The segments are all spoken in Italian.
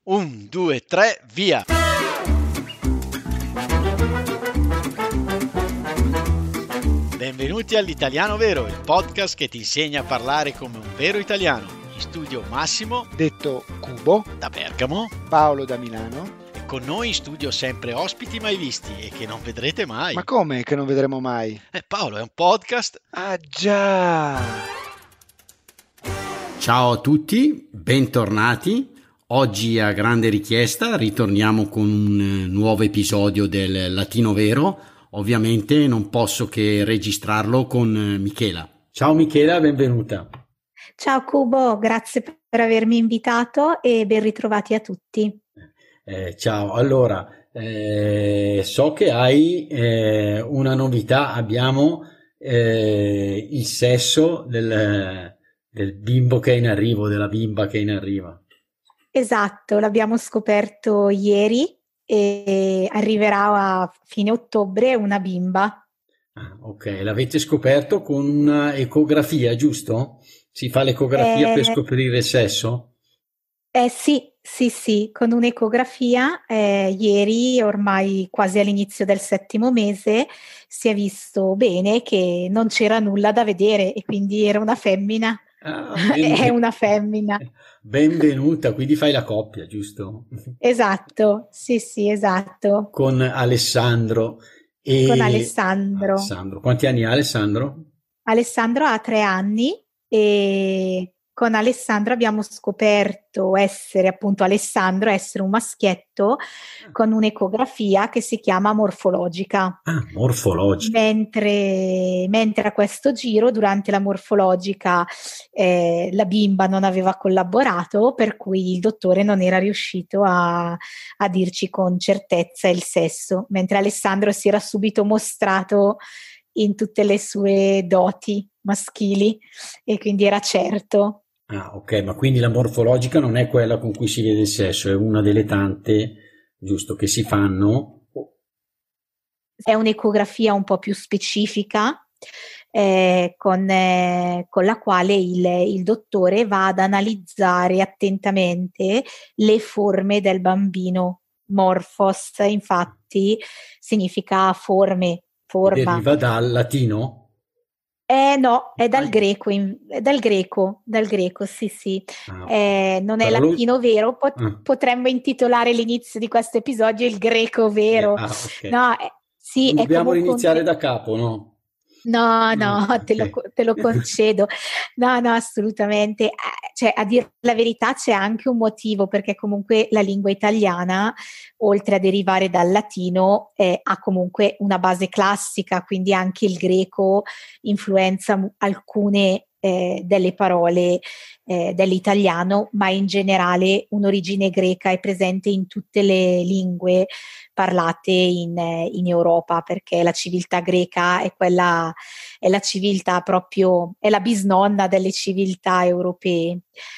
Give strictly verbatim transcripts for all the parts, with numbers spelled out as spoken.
Un, due, tre, via! Benvenuti all'Italiano Vero, il podcast che ti insegna a parlare come un vero italiano. In studio Massimo, detto Cubo, da Bergamo, Paolo da Milano. E con noi in studio sempre ospiti mai visti e che non vedrete mai. Ma come che non vedremo mai? Eh, Paolo, è un podcast. Ah già! Ciao a tutti, bentornati. Oggi a grande richiesta ritorniamo con un nuovo episodio del Latino Vero. Ovviamente non posso che registrarlo con Michela. Ciao Michela, benvenuta. Ciao Cubo, grazie per avermi invitato e ben ritrovati a tutti. Eh, ciao, allora eh, so che hai eh, una novità, abbiamo eh, il sesso del, del bimbo che è in arrivo, della bimba che è in arrivo. Esatto, l'abbiamo scoperto ieri e arriverà a fine ottobre una bimba. Ah, ok, l'avete scoperto con una ecografia, giusto? Si fa l'ecografia Eh, per scoprire il sesso? Eh sì, sì, sì, con un'ecografia eh, ieri, ormai quasi all'inizio del settimo mese, si è visto bene che non c'era nulla da vedere e quindi era una femmina. Ah, È benve- una femmina. benvenuta, quindi fai la coppia, giusto? Esatto, sì, sì, esatto. Con Alessandro e Con Alessandro. Alessandro. Quanti anni ha Alessandro? Alessandro ha tre anni e con Alessandro abbiamo scoperto essere appunto Alessandro, essere un maschietto con un'ecografia che si chiama morfologica. Ah, morfologica. Mentre, mentre a questo giro, durante la morfologica, eh, la bimba non aveva collaborato, per cui il dottore non era riuscito a, a dirci con certezza il sesso, mentre Alessandro si era subito mostrato in tutte le sue doti maschili e quindi era certo. Ah, ok, ma quindi la morfologica non è quella con cui si vede il sesso, è una delle tante, giusto, che si fanno. È un'ecografia un po' più specifica eh, con, eh, con la quale il, il dottore va ad analizzare attentamente le forme del bambino. Morphos, infatti, significa forme, forma. Deriva dal latino? Eh no, è dal Ah, greco, in- è dal greco, dal greco, sì, sì. ah, Eh, non è però lo- latino vero, pot- ah, potremmo intitolare l'inizio di questo episodio il greco eh, vero. ah, ok. No, eh, sì, Non è dobbiamo comunque un iniziare te- da capo, no? No, No, no, te lo, ok. te lo concedo. No, no, assolutamente. Eh, Cioè, a dire la verità c'è anche un motivo, perché comunque la lingua italiana, oltre a derivare dal latino, eh, ha comunque una base classica, quindi anche il greco influenza m- alcune eh, delle parole eh, dell'italiano, ma in generale un'origine greca è presente in tutte le lingue parlate in, eh, in Europa, perché la civiltà greca è quella, è la civiltà proprio, è la bisnonna delle civiltà europee.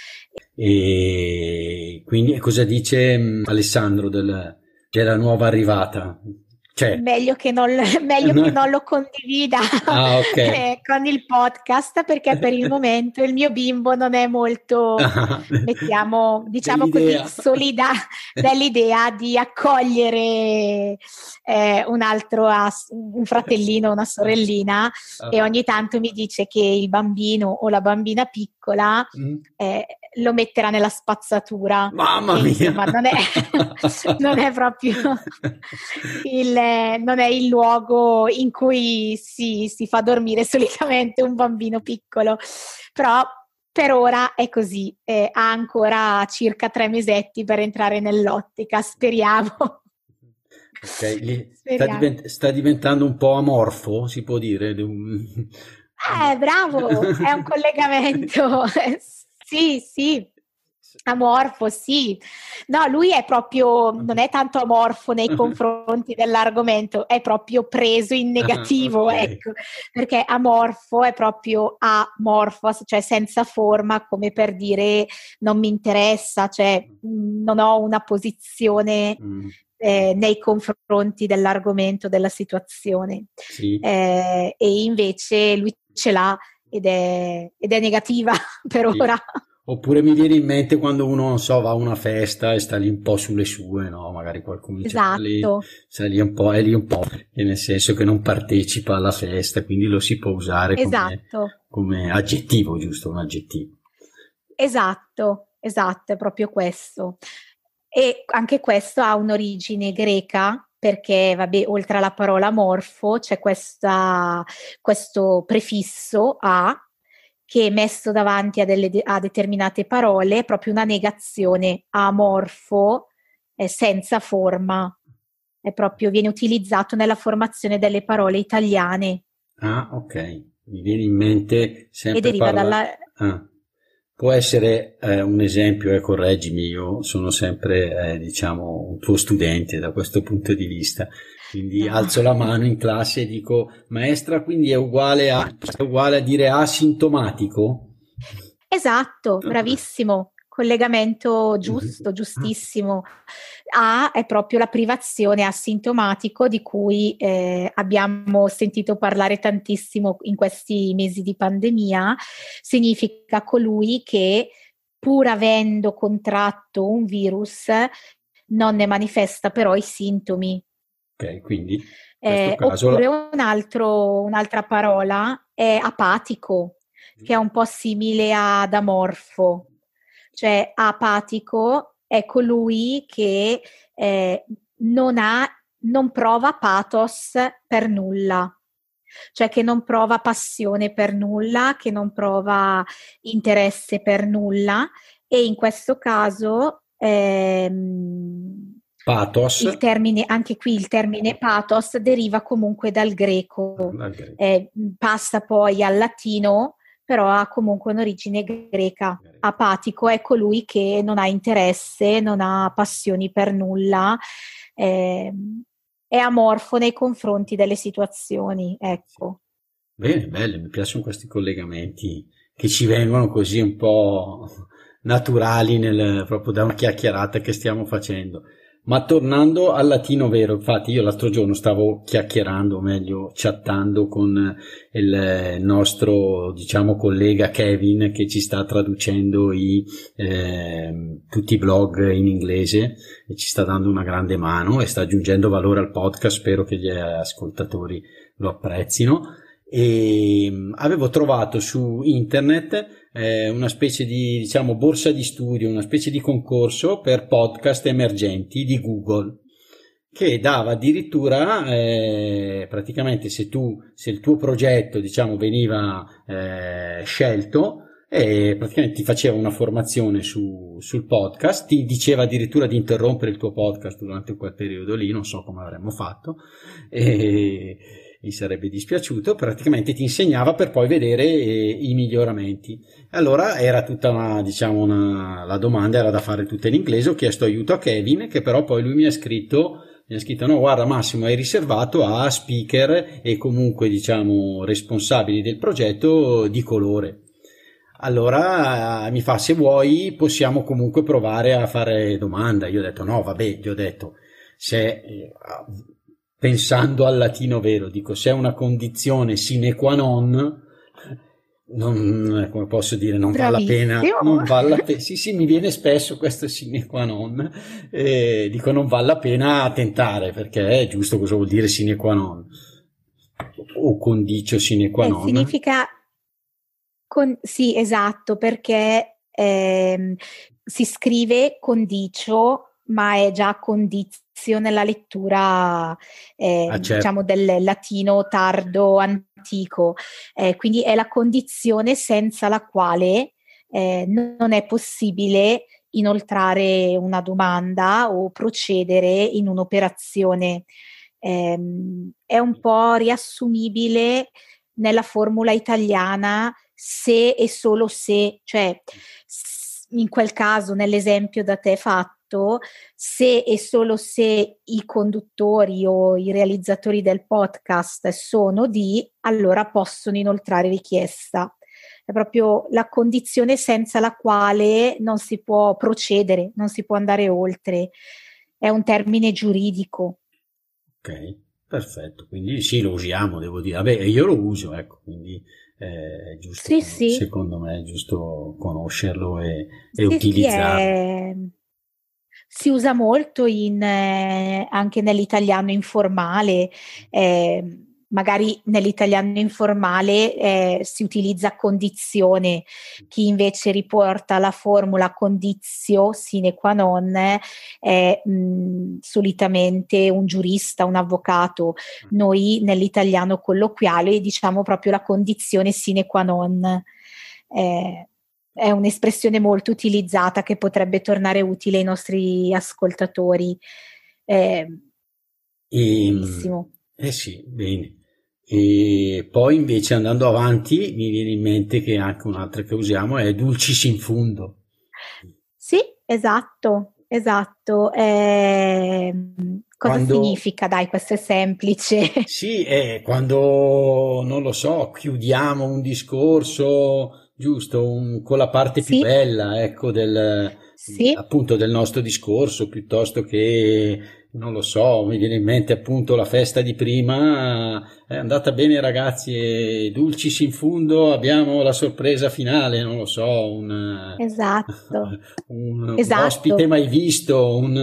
E quindi cosa dice mh, Alessandro del- della nuova arrivata? Cioè, Meglio che non, meglio che non lo condivida ah, ok. eh, con il podcast, perché per il momento il mio bimbo non è molto, Ah, mettiamo, diciamo dell'idea. così, solida dell'idea di accogliere eh, un altro, as- un fratellino, una sorellina, e Ah, ogni tanto mi dice che il bambino o la bambina piccola mm. eh, lo metterà nella spazzatura. Mamma E mia! insomma, non è, non è proprio il, non è il luogo in cui si, si fa dormire solitamente un bambino piccolo, però per ora è così, eh, ha ancora circa tre mesetti per entrare nell'ottica, speriamo. Ok, gli- sta, Speriamo. divent- sta diventando un po' amorfo, si può dire. Eh, bravo, è un collegamento. Sì, sì. Amorfo, sì. No, lui è proprio, non è tanto amorfo nei confronti dell'argomento, è proprio preso in negativo, Ok. ecco, perché amorfo è proprio amorphos, cioè senza forma, come per dire non mi interessa, cioè mh, non ho una posizione Mm, eh, nei confronti dell'argomento, della situazione. sì. Eh, e invece lui ce l'ha ed è, ed è negativa per Sì. ora. Oppure mi viene in mente quando uno, non so, va a una festa e sta lì un po' sulle sue, no? Magari qualcuno dice, sta lì, Esatto, sta lì un po', è lì un po', nel senso che non partecipa alla festa, quindi lo si può usare come, esatto, come aggettivo, giusto? Un aggettivo. esatto, esatto, è proprio questo. E anche questo ha un'origine greca perché, vabbè, oltre alla parola morfo c'è questa, questo prefisso a che messo davanti a, delle, a determinate parole è proprio una negazione, amorfo, è senza forma, è proprio, viene utilizzato nella formazione delle parole italiane Ah, ok. Mi viene in mente e sempre deriva parla... dalla... Ah. Può essere eh, un esempio, e correggimi, io sono sempre, eh, diciamo, un tuo studente da questo punto di vista. Quindi No. alzo la mano in classe e dico, maestra, quindi è uguale a, è uguale a dire asintomatico? Esatto, bravissimo, collegamento giusto, Mhm. giustissimo. A è proprio la privazione asintomatico di cui eh, abbiamo sentito parlare tantissimo in questi mesi di pandemia. Significa colui che, pur avendo contratto un virus, non ne manifesta però i sintomi. Ok, quindi in questo Eh, caso oppure la... un altro, un'altra parola è apatico, che è un po' simile ad amorfo, cioè apatico è colui che eh, non ha, non prova pathos per nulla, cioè che non prova passione per nulla, che non prova interesse per nulla, e in questo caso ehm, pathos, il termine, anche qui il termine pathos deriva comunque dal greco, dal greco. eh, passa poi al latino, però ha comunque un'origine greca. Apatico è colui che non ha interesse, non ha passioni per nulla, eh, è amorfo nei confronti delle situazioni, ecco. Bene, belle, mi piacciono questi collegamenti che ci vengono così un po' naturali nel, proprio da una chiacchierata che stiamo facendo. Ma tornando al latino vero, infatti io l'altro giorno stavo chiacchierando, o meglio chattando con il nostro, diciamo, collega Kevin che ci sta traducendo i, eh, tutti i blog in inglese e ci sta dando una grande mano e sta aggiungendo valore al podcast, spero che gli ascoltatori lo apprezzino. E avevo trovato su internet eh, una specie di, diciamo, borsa di studio, una specie di concorso per podcast emergenti di Google, che dava addirittura eh, praticamente se tu se il tuo progetto, diciamo, veniva eh, scelto, e praticamente ti faceva una formazione su, sul podcast, ti diceva addirittura di interrompere il tuo podcast durante quel periodo lì, non so come avremmo fatto, e mi sarebbe dispiaciuto, praticamente ti insegnava per poi vedere eh, i miglioramenti. Allora era tutta una, diciamo, una, la domanda era da fare tutta in inglese, ho chiesto aiuto a Kevin, che però poi lui mi ha scritto, mi ha scritto, no, guarda Massimo, è riservato a speaker e comunque, diciamo, responsabili del progetto di colore. Allora mi fa, se vuoi possiamo comunque provare a fare domanda. Io ho detto no, vabbè, gli ho detto, se eh, pensando al latino vero, dico, se è una condizione sine qua non, non, come posso dire, non vale la pena, non vale la pena, sì sì, mi viene spesso questo sine qua non, eh, dico non vale la pena tentare, perché è giusto, cosa vuol dire sine qua non? O condicio sine qua eh, non? Significa, con, sì, esatto, perché ehm, si scrive condicio, ma è già condizio nella lettura, eh, Ah, certo. diciamo, del latino tardo antico. Eh, quindi è la condizione senza la quale eh, non è possibile inoltrare una domanda o procedere in un'operazione. Eh, è un po' riassumibile nella formula italiana se e solo se, cioè in quel caso, nell'esempio da te fatto, se e solo se i conduttori o i realizzatori del podcast sono di, allora possono inoltrare richiesta. È proprio la condizione senza la quale non si può procedere, non si può andare oltre. È un termine giuridico. Ok, perfetto. Quindi sì, lo usiamo, devo dire. Vabbè, io lo uso, ecco, quindi eh, è giusto, Sì, sì, secondo me è giusto conoscerlo e, e sì, sì, utilizzarlo. è- si usa molto in, eh, anche nell'italiano informale, eh, magari nell'italiano informale eh, si utilizza condizione, chi invece riporta la formula conditio sine qua non è mh, solitamente un giurista, un avvocato. Noi nell'italiano colloquiale diciamo proprio la condizione sine qua non. Eh, è un'espressione molto utilizzata che potrebbe tornare utile ai nostri ascoltatori. Eh, E, benissimo. eh sì, bene. E poi invece andando avanti mi viene in mente che anche un'altra che usiamo è dulcis in fundo. Sì, esatto, esatto. Eh, cosa Quando, significa? Dai, questo è semplice. sì, è quando, non lo so, chiudiamo un discorso, giusto, un- con la parte più Sì, bella, ecco, del, sì, appunto del nostro discorso, piuttosto che, non lo so, mi viene in mente appunto la festa di prima, è andata bene ragazzi, e dulcis in fundo abbiamo la sorpresa finale, non lo so, un, esatto, un, un ospite esatto. mai visto, un,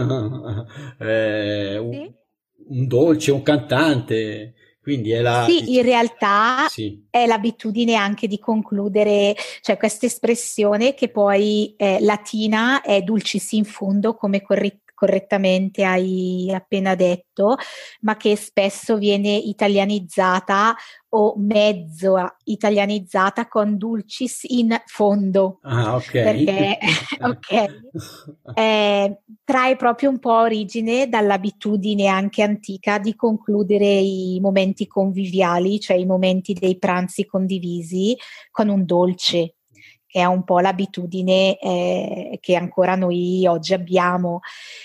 eh, un, Sì. un dolce, un cantante, quindi è la, Sì, in diciamo, realtà sì, è l'abitudine anche di concludere, cioè questa espressione che poi è latina è dulcis in fundo, come corri- correttamente hai appena detto, ma che spesso viene italianizzata o mezzo italianizzata con dulcis in fondo, ah, ok. perché ok, eh, trae proprio un po' origine dall'abitudine anche antica di concludere i momenti conviviali, cioè i momenti dei pranzi condivisi, con un dolce, che è un po' l'abitudine eh, che ancora noi oggi abbiamo.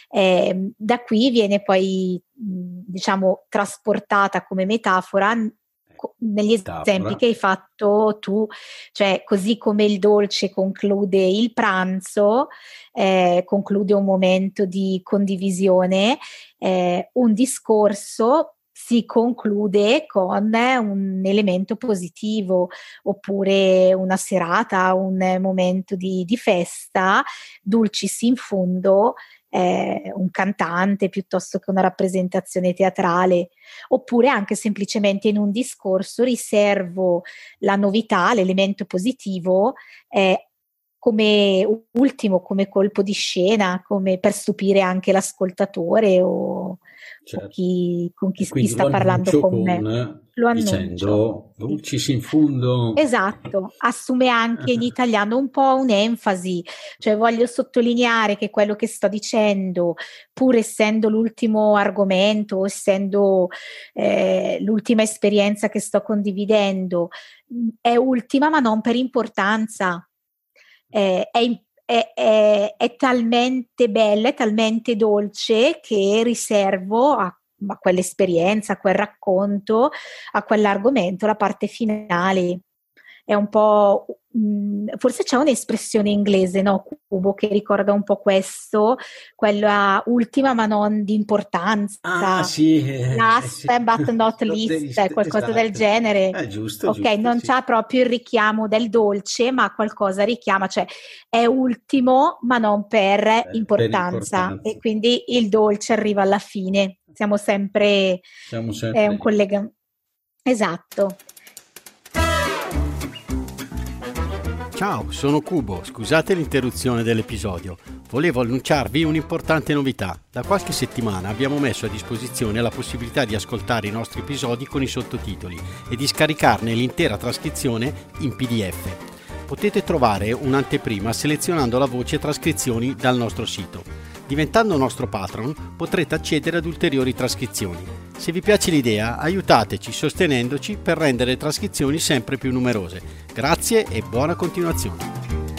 Eh, da qui viene poi, mh, diciamo, trasportata come metafora co- negli esempi Metafora. che hai fatto tu, cioè così come il dolce conclude il pranzo, eh, conclude un momento di condivisione, eh, un discorso si conclude con un elemento positivo, oppure una serata, un momento di, di festa, dulcis in fundo, eh, un cantante piuttosto che una rappresentazione teatrale, oppure anche semplicemente in un discorso riservo la novità, l'elemento positivo, eh, come ultimo, come colpo di scena, come per stupire anche l'ascoltatore o, o Certo. chi, con chi, E chi quindi lo sta parlando annuncio con me. con Lo annuncio. dicendo Sì. dulcis in fundo. Esatto, assume anche in italiano un po' un'enfasi, cioè voglio sottolineare che quello che sto dicendo, pur essendo l'ultimo argomento, essendo eh, l'ultima esperienza che sto condividendo, mh, è ultima ma non per importanza. Eh, è, è, è, è talmente bella, è talmente dolce che riservo a, a quell'esperienza, a quel racconto, a quell'argomento, la parte finale. È un po', mh, forse c'è un'espressione inglese, no, Cubo, che ricorda un po' questo, quella ultima ma non di Ah, importanza, sì, eh, eh, last sì. but not Not the least, least, qualcosa del esatto. genere. Eh, giusto, Ok, giusto, non sì. c'ha proprio il richiamo del dolce, ma qualcosa richiama, cioè è ultimo ma non per Eh, per importanza, e importanza. quindi il dolce arriva alla fine. Siamo sempre, Siamo è sempre un lì. collega. Esatto. Ciao, sono Cubo, scusate l'interruzione dell'episodio. Volevo annunciarvi un'importante novità. Da qualche settimana abbiamo messo a disposizione la possibilità di ascoltare i nostri episodi con i sottotitoli e di scaricarne l'intera trascrizione in P D F. Potete trovare un'anteprima selezionando la voce trascrizioni dal nostro sito. Diventando nostro patron potrete accedere ad ulteriori trascrizioni. Se vi piace l'idea, aiutateci sostenendoci per rendere le trascrizioni sempre più numerose. Grazie e buona continuazione.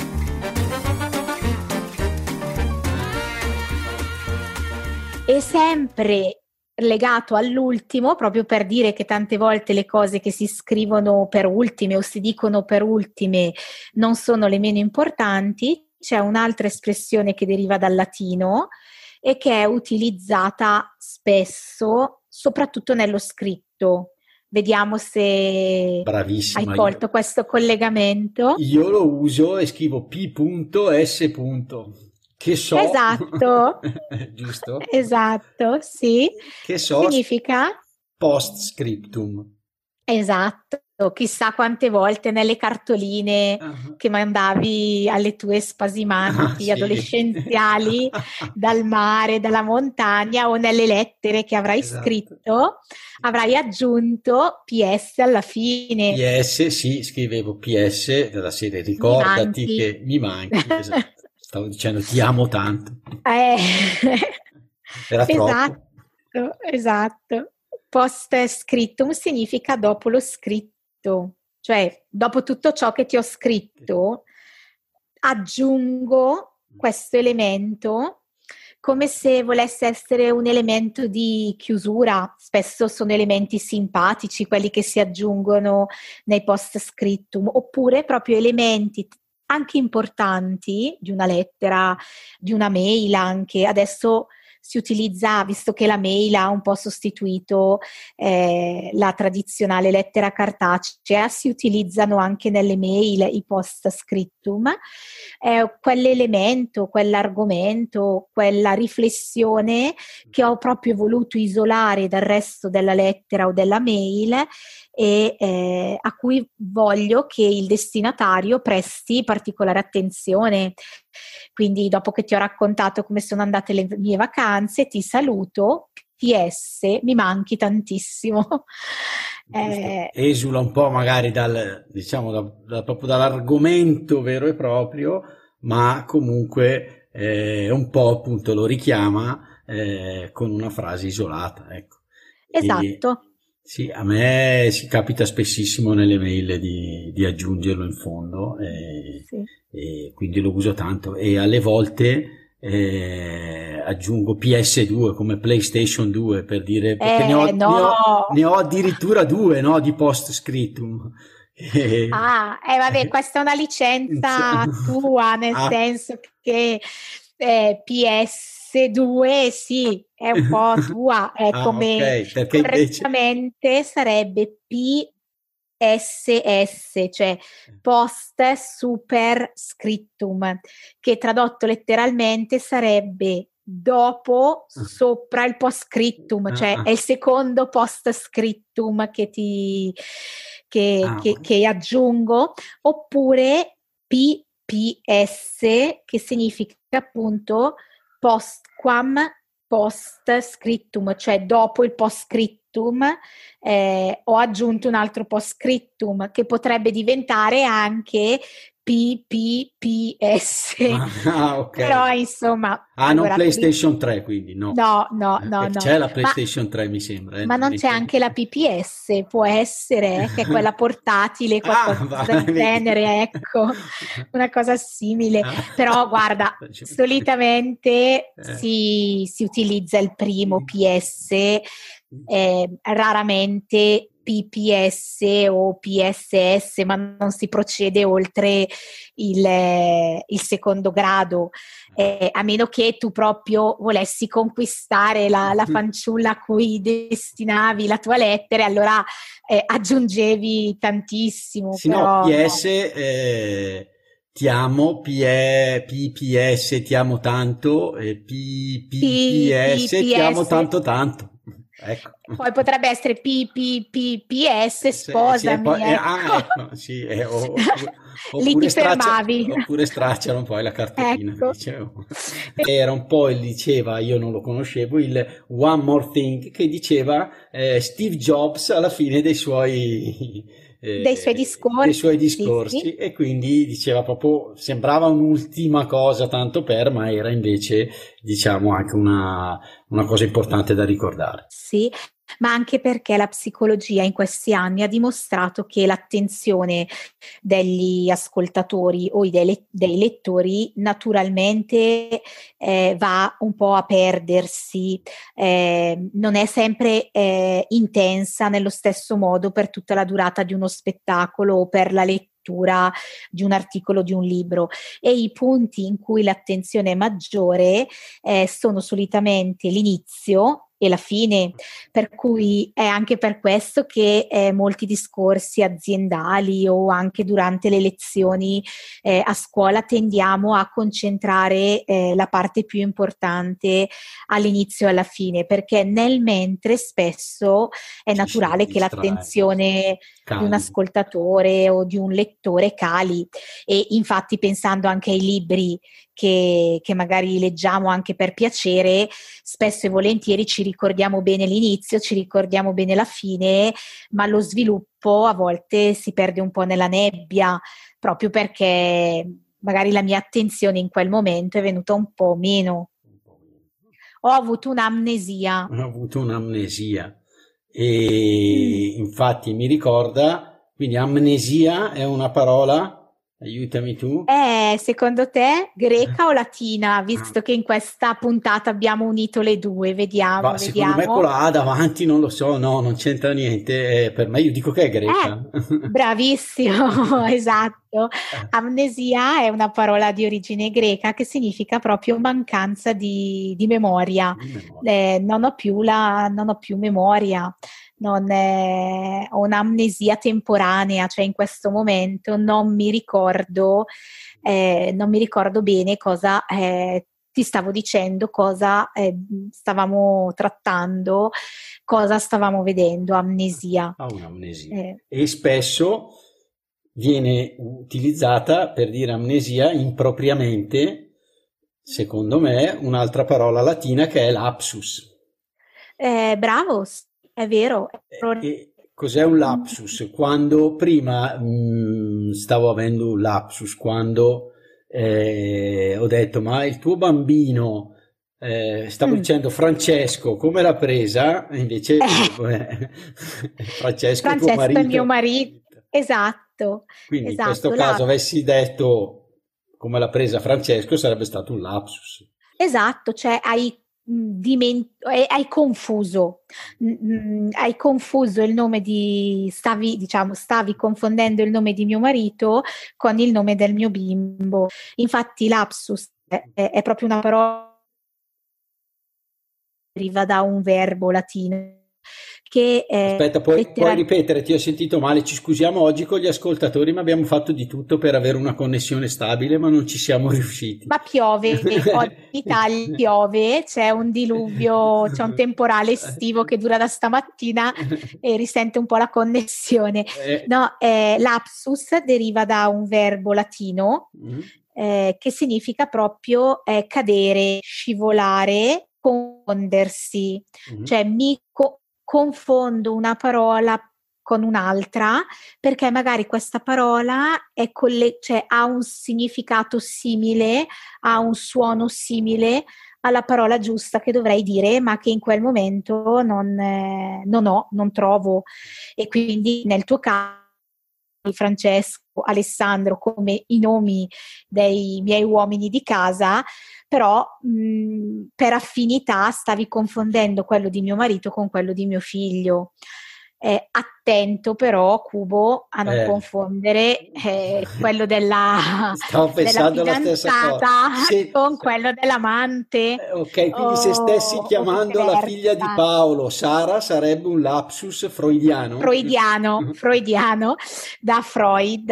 E sempre legato all'ultimo, proprio per dire che tante volte le cose che si scrivono per ultime o si dicono per ultime non sono le meno importanti, c'è un'altra espressione che deriva dal latino e che è utilizzata spesso, soprattutto nello scritto, Vediamo se Bravissima. hai colto io, questo collegamento. io lo uso e scrivo P S. Che so, Esatto, giusto? esatto, sì. Che so, Significa? Postscriptum. Esatto, chissà quante volte nelle cartoline Uh-huh. che mandavi alle tue spasimanti Ah, sì. adolescenziali dal mare, dalla montagna, o nelle lettere che avrai Esatto. scritto, avrai aggiunto P S alla fine. P S, sì, scrivevo P S della serie ricordati manchi. che mi manchi. Esatto. Stavo dicendo ti amo tanto. Eh, Era troppo. esatto, esatto. Post scriptum significa dopo lo scritto, cioè dopo tutto ciò che ti ho scritto aggiungo questo elemento come se volesse essere un elemento di chiusura. Spesso sono elementi simpatici quelli che si aggiungono nei post scriptum, oppure proprio elementi anche importanti di una lettera, di una mail anche. Adesso si utilizza, visto che la mail ha un po' sostituito eh, la tradizionale lettera cartacea, si utilizzano anche nelle mail i post scriptum, eh, quell'elemento, quell'argomento, quella riflessione che ho proprio voluto isolare dal resto della lettera o della mail e eh, a cui voglio che il destinatario presti particolare attenzione. Quindi dopo che ti ho raccontato come sono andate le mie vacanze, ti saluto, P S, mi manchi tantissimo. Eh, esula un po' magari dal, diciamo, da, da, proprio dall'argomento vero e proprio, ma comunque eh, un po' appunto lo richiama eh, con una frase isolata, ecco. Esatto. E, sì, a me si capita spessissimo nelle mail di, di aggiungerlo in fondo, e, sì. e quindi lo uso tanto, e alle volte eh, aggiungo P S due come PlayStation due, per dire, perché eh, ne, ho, no. ne, ho, ne ho addirittura due, no, di post scriptum. E, ah, eh, vabbè, questa è una licenza tua, nel ah. senso che eh, P S due sì, è un po' tua, è ah, come okay, correttamente invece sarebbe P S S, cioè post super scriptum, che tradotto letteralmente sarebbe dopo, sopra il post scriptum, cioè ah, è il secondo post scriptum che ti che, ah, che, che aggiungo, oppure P P S, che significa appunto postquam post scriptum, cioè dopo il post scriptum eh, ho aggiunto un altro post scriptum che potrebbe diventare anche P P P S. Ah, ok. Però insomma, ah, allora, non PlayStation tre, quindi no. No, no, no, no. C'è la PlayStation ma, tre, mi sembra. Eh, ma non c'è anche la P P S, può essere, che è quella portatile, qualcosa ah, del genere, ecco, una cosa simile. Ah. Però guarda, solitamente eh. si, si utilizza il primo P S, eh, raramente P P S o P S S, ma non si procede oltre il, il secondo grado, eh, a meno che tu proprio volessi conquistare la, la fanciulla a cui destinavi la tua lettera, allora eh, aggiungevi tantissimo. Sì, però, no, P S eh, ti amo, P P S ti amo tanto, e P P S ti amo tanto tanto. Ecco. Poi potrebbe essere P P P P S, sposami. Sì, sì, poi, ecco. Eh, ah, ecco, sì, eh, o, oppure, lì oppure ti fermavi. Straccia, oppure stracciano poi la cartellina. Ecco. Dicevo. Era un po' il diceva, io non lo conoscevo, il One More Thing, che diceva eh, Steve Jobs alla fine dei suoi... Eh, dei suoi discorsi, dei suoi discorsi sì, sì. E quindi diceva proprio, sembrava un'ultima cosa tanto per, ma era invece diciamo anche una, una cosa importante da ricordare. Sì, ma anche perché la psicologia in questi anni ha dimostrato che l'attenzione degli ascoltatori o dei, dei lettori naturalmente eh, va un po' a perdersi, eh, non è sempre eh, intensa nello stesso modo per tutta la durata di uno spettacolo o per la lettura di un articolo, di un libro, e i punti in cui l'attenzione è maggiore eh, sono solitamente l'inizio, e la fine, per cui è anche per questo che eh, molti discorsi aziendali o anche durante le lezioni eh, a scuola tendiamo a concentrare eh, la parte più importante all'inizio e alla fine, perché nel mentre spesso è Ci si naturale che distrae, l'attenzione di un cali. ascoltatore o di un lettore cali, e infatti pensando anche ai libri che, che magari leggiamo anche per piacere, spesso e volentieri ci ricordiamo bene l'inizio, ci ricordiamo bene la fine, ma lo sviluppo a volte si perde un po' nella nebbia, proprio perché magari la mia attenzione in quel momento è venuta un po' meno. Ho avuto un'amnesia. Ho avuto un'amnesia e Mm. infatti mi ricorda, quindi amnesia è una parola, aiutami tu. Eh, secondo te greca o latina? Ah, Visto che in questa puntata abbiamo unito le due, vediamo, ma secondo me con vediamo. la A davanti non lo so, no, non c'entra niente. eh, Per me io dico che è greca. Eh, bravissimo, esatto. Eh, Amnesia è una parola di origine greca che significa proprio mancanza di, di memoria. di memoria. Eh, non ho più la, non ho più memoria, non è- ho un'amnesia temporanea, cioè in questo momento non mi ricordo, eh, non mi ricordo bene cosa eh, ti stavo dicendo, cosa eh, stavamo trattando, cosa stavamo vedendo, amnesia. Ha un'amnesia Eh, e spesso viene utilizzata per dire amnesia impropriamente, secondo me, un'altra parola latina che è lapsus. eh, bravo, sì, è vero. È E vero. e cos'è un lapsus? Quando prima mh, stavo avendo un lapsus, quando eh, ho detto, ma il tuo bambino, eh, stavo Mm. dicendo Francesco, come l'ha presa? E invece Eh, Francesco è tuo Francesco è mio marito. marito, esatto, Quindi in questo esatto, caso la- avessi detto come l'ha presa Francesco sarebbe stato un lapsus. esatto, cioè hai, mh, diment- hai, hai confuso, mh, mh, hai confuso il nome di, stavi, diciamo, stavi confondendo il nome di mio marito con il nome del mio bimbo. Infatti lapsus è, è- è proprio una parola che deriva da un verbo latino che è Aspetta, puoi, puoi letteralmente. ripetere, ti ho sentito male, ci scusiamo oggi con gli ascoltatori, ma abbiamo fatto di tutto per avere una connessione stabile, ma non ci siamo riusciti. Ma piove, oggi in Italia piove, c'è un diluvio, c'è un temporale estivo che dura da stamattina e risente un po' la connessione. Eh, No, eh, lapsus deriva da un verbo latino mm, eh, che significa proprio eh, cadere, scivolare, confondersi, mm, cioè mi co- confondo una parola con un'altra perché magari questa parola è colle- cioè, ha un significato simile, ha un suono simile alla parola giusta che dovrei dire, ma che in quel momento non, eh, non ho, non trovo. E quindi nel tuo caso, Francesco, Alessandro, come i nomi dei miei uomini di casa, però mh, per affinità stavi confondendo quello di mio marito con quello di mio figlio. Eh, attento però, Cubo, a non eh. confondere eh, quello della, Stavo della pensando alla stessa cosa. fidanzata Se, con quello dell'amante. eh, ok, quindi se o, stessi o chiamando la figlia di viceversa. Paolo Sara sarebbe un lapsus freudiano? Freudiano, freudiano da Freud,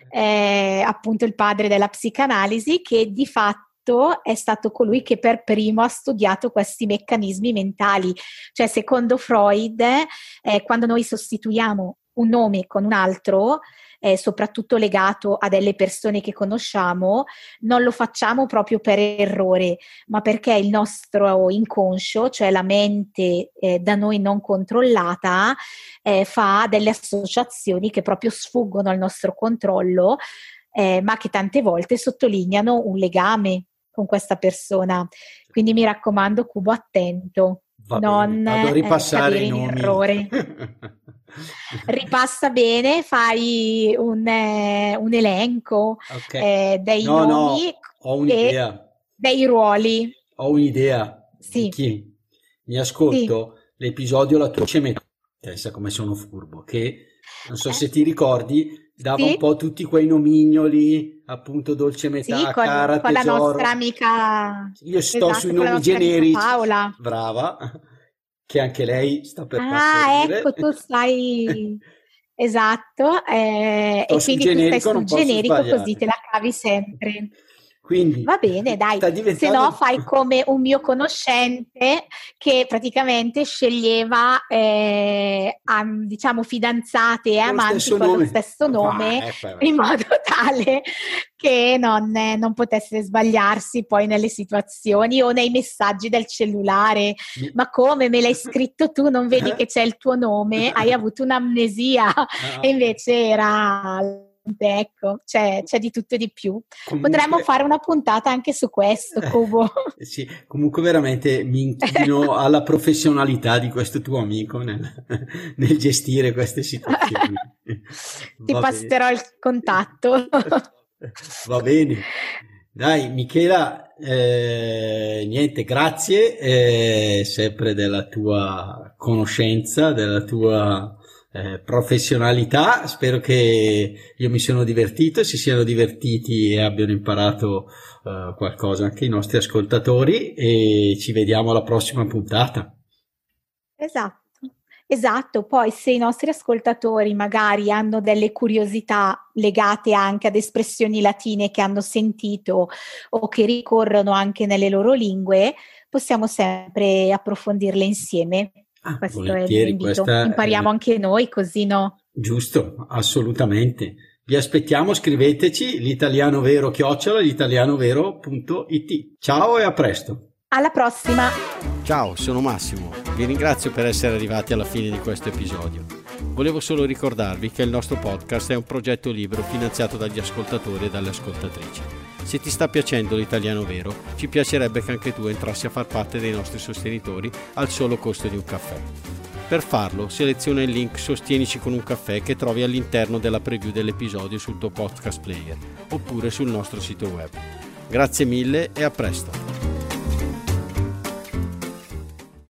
eh, appunto il padre della psicanalisi, che di fatto è stato colui che per primo ha studiato questi meccanismi mentali. Cioè, secondo Freud, eh, quando noi sostituiamo un nome con un altro, eh, soprattutto legato a delle persone che conosciamo, non lo facciamo proprio per errore, ma perché il nostro inconscio, cioè la mente eh, da noi non controllata, eh, fa delle associazioni che proprio sfuggono al nostro controllo, eh, ma che tante volte sottolineano un legame con questa persona. Quindi mi raccomando, Cubo, attento, Va non bene, vado a eh, ripassare cadere i in nomi. errore. Ripassa bene, fai un, eh, un elenco Ok. eh, dei No, no, nomi ho e un'idea. dei ruoli. Ho un'idea di Sì, chi mi sì. ascolto l'episodio La Dolce Metà. Pensa come sono furbo, che non so Eh? se ti ricordi, dava un Sì, po' tutti quei nomignoli, appunto dolce sì, metà, con, cara, con la nostra tesoro. amica, Io sto sui esatto, con la nomi nostra amica generici, Paola. brava, che anche lei sta per ah, partorire. ecco, tu stai... Esatto, eh, e quindi generico, tu stai sul generico così te la cavi sempre. Quindi, va bene, dai, diventando... se no fai come un mio conoscente che praticamente sceglieva eh, am, diciamo fidanzate e amanti con lo stesso nome, ah, in modo tale che non, eh, non potesse sbagliarsi poi nelle situazioni o nei messaggi del cellulare. Mi... ma come, me l'hai scritto tu, non vedi che c'è il tuo nome, hai avuto un'amnesia? Ah, e invece era... ecco, c'è, c'è di tutto e di più. Comunque, potremmo fare una puntata anche su questo, Cubo. Eh, sì, comunque veramente mi inchino alla professionalità di questo tuo amico nel, nel gestire queste situazioni. Ti Va passerò bene. Il contatto. Va bene. Dai, Michela, eh, niente, grazie eh, sempre della tua conoscenza, della tua Eh, professionalità. Spero che io mi sono divertito, si siano divertiti e abbiano imparato eh, qualcosa anche i nostri ascoltatori, e ci vediamo alla prossima puntata. Esatto, esatto. Poi se i nostri ascoltatori magari hanno delle curiosità legate anche ad espressioni latine che hanno sentito o che ricorrono anche nelle loro lingue, possiamo sempre approfondirle insieme. Ah, questo è l'invito, impariamo è... anche noi, così no? Giusto, assolutamente. Vi aspettiamo, scriveteci l'italiano vero chiocciola l'italianovero punto it. Ciao e a presto. Alla prossima. Ciao, sono Massimo. Vi ringrazio per essere arrivati alla fine di questo episodio. Volevo solo ricordarvi che il nostro podcast è un progetto libero finanziato dagli ascoltatori e dalle ascoltatrici. Se ti sta piacendo l'italiano vero, ci piacerebbe che anche tu entrassi a far parte dei nostri sostenitori al solo costo di un caffè. Per farlo, seleziona il link Sostienici con un caffè che trovi all'interno della preview dell'episodio sul tuo podcast player oppure sul nostro sito web. Grazie mille e a presto!